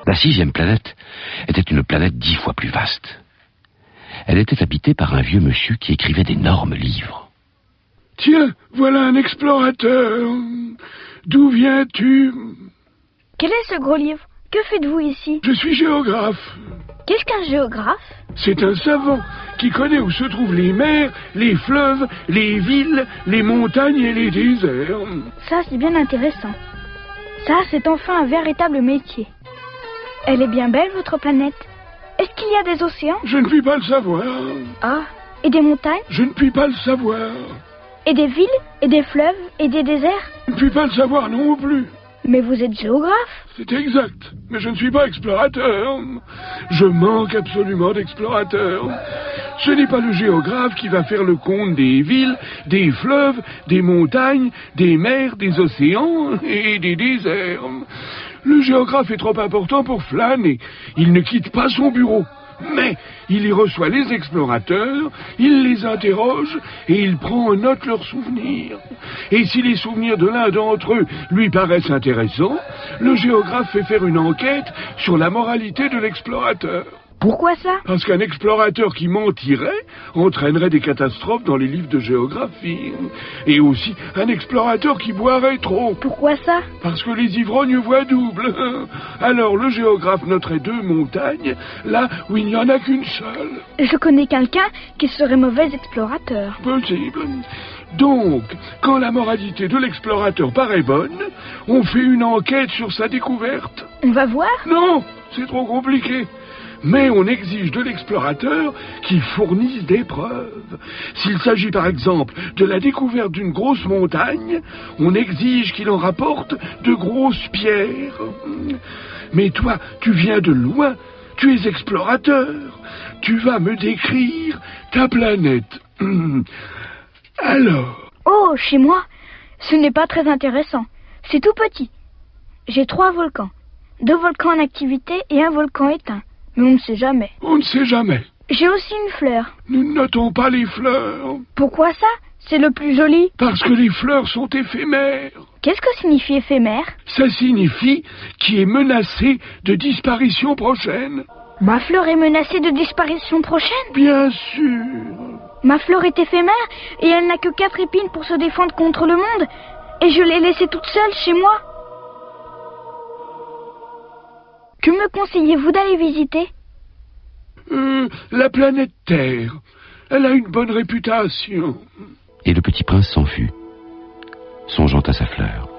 La 6e planète était une planète 10 fois plus vaste. Elle était habitée par un vieux monsieur qui écrivait d'énormes livres. Tiens, voilà un explorateur. D'où viens-tu? Quel est ce gros livre? Que faites-vous ici? Je suis géographe. Qu'est-ce qu'un géographe? C'est un savant qui connaît où se trouvent les mers, les fleuves, les villes, les montagnes et les déserts. Ça, c'est bien intéressant. Ça, c'est enfin un véritable métier. Elle est bien belle, votre planète. Est-ce qu'il y a des océans? Je ne puis pas le savoir. Ah, et des montagnes? Je ne puis pas le savoir. Et des villes? Et des fleuves? Et des déserts? Je ne puis pas le savoir non plus. Mais vous êtes géographe? C'est exact, mais je ne suis pas explorateur. Je manque absolument d'explorateurs. Ce n'est pas le géographe qui va faire le compte des villes, des fleuves, des montagnes, des mers, des océans et des déserts. Le géographe est trop important pour flâner. Il ne quitte pas son bureau. Mais il y reçoit les explorateurs, il les interroge et il prend en note leurs souvenirs. Et si les souvenirs de l'un d'entre eux lui paraissent intéressants, le géographe fait faire une enquête sur la moralité de l'explorateur. Pourquoi ça? Parce qu'un explorateur qui mentirait entraînerait des catastrophes dans les livres de géographie. Et aussi un explorateur qui boirait trop. Pourquoi ça? Parce que les ivrognes voient double. Alors le géographe noterait 2 montagnes, là où il n'y en a qu'une seule. Je connais quelqu'un qui serait mauvais explorateur. Possible. Donc, quand la moralité de l'explorateur paraît bonne, on fait une enquête sur sa découverte. On va voir? Non, c'est trop compliqué. Mais on exige de l'explorateur qu'il fournisse des preuves. S'il s'agit par exemple de la découverte d'une grosse montagne, on exige qu'il en rapporte de grosses pierres. Mais toi, tu viens de loin, tu es explorateur, tu vas me décrire ta planète. Alors? Oh, chez moi, ce n'est pas très intéressant. C'est tout petit. J'ai 3 volcans. 2 volcans en activité et 1 volcan éteint. Mais on ne sait jamais. On ne sait jamais. J'ai aussi une fleur. Nous ne notons pas les fleurs. Pourquoi ça? C'est le plus joli. Parce que les fleurs sont éphémères. Qu'est-ce que signifie éphémère? Ça signifie qui est menacé de disparition prochaine. Ma fleur est menacée de disparition prochaine? Bien sûr. Ma fleur est éphémère et elle n'a que 4 épines pour se défendre contre le monde. Et je l'ai laissée toute seule chez moi. Que me conseillez-vous d'aller visiter? La planète Terre. Elle a une bonne réputation. Et le petit prince s'en fut, songeant à sa fleur.